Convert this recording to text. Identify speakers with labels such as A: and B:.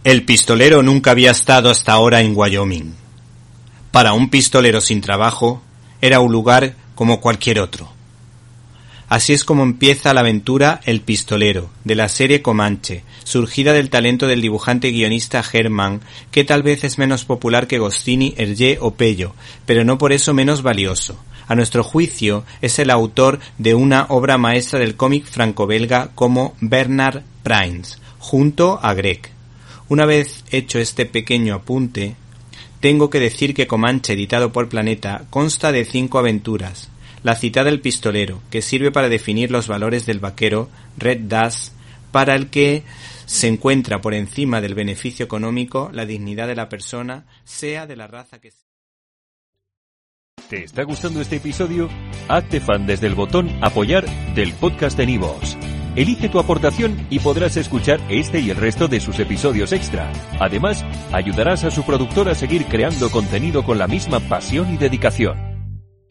A: El pistolero nunca había estado hasta ahora en Wyoming. Para un pistolero sin trabajo, era un lugar como cualquier otro. Así es como empieza la aventura El pistolero, de la serie Comanche, surgida del talento del dibujante y guionista Herman, que tal vez es menos popular que Goscinny, Hergé o Pello, pero no por eso menos valioso. A nuestro juicio, es el autor de una obra maestra del cómic franco-belga como Bernard Prince, junto a Greg. Una vez hecho este pequeño apunte, tengo que decir que Comanche, editado por Planeta, consta de 5 aventuras. La citada El pistolero, que sirve para definir los valores del vaquero, Red Dash, para el que se encuentra por encima del beneficio económico la dignidad de la persona, sea de la raza que sea.
B: ¿Te está gustando este episodio? Hazte fan desde el botón Apoyar del podcast de Nivos. Elige tu aportación y podrás escuchar este y el resto de sus episodios extra. Además, ayudarás a su productor a seguir creando contenido con la misma pasión y dedicación.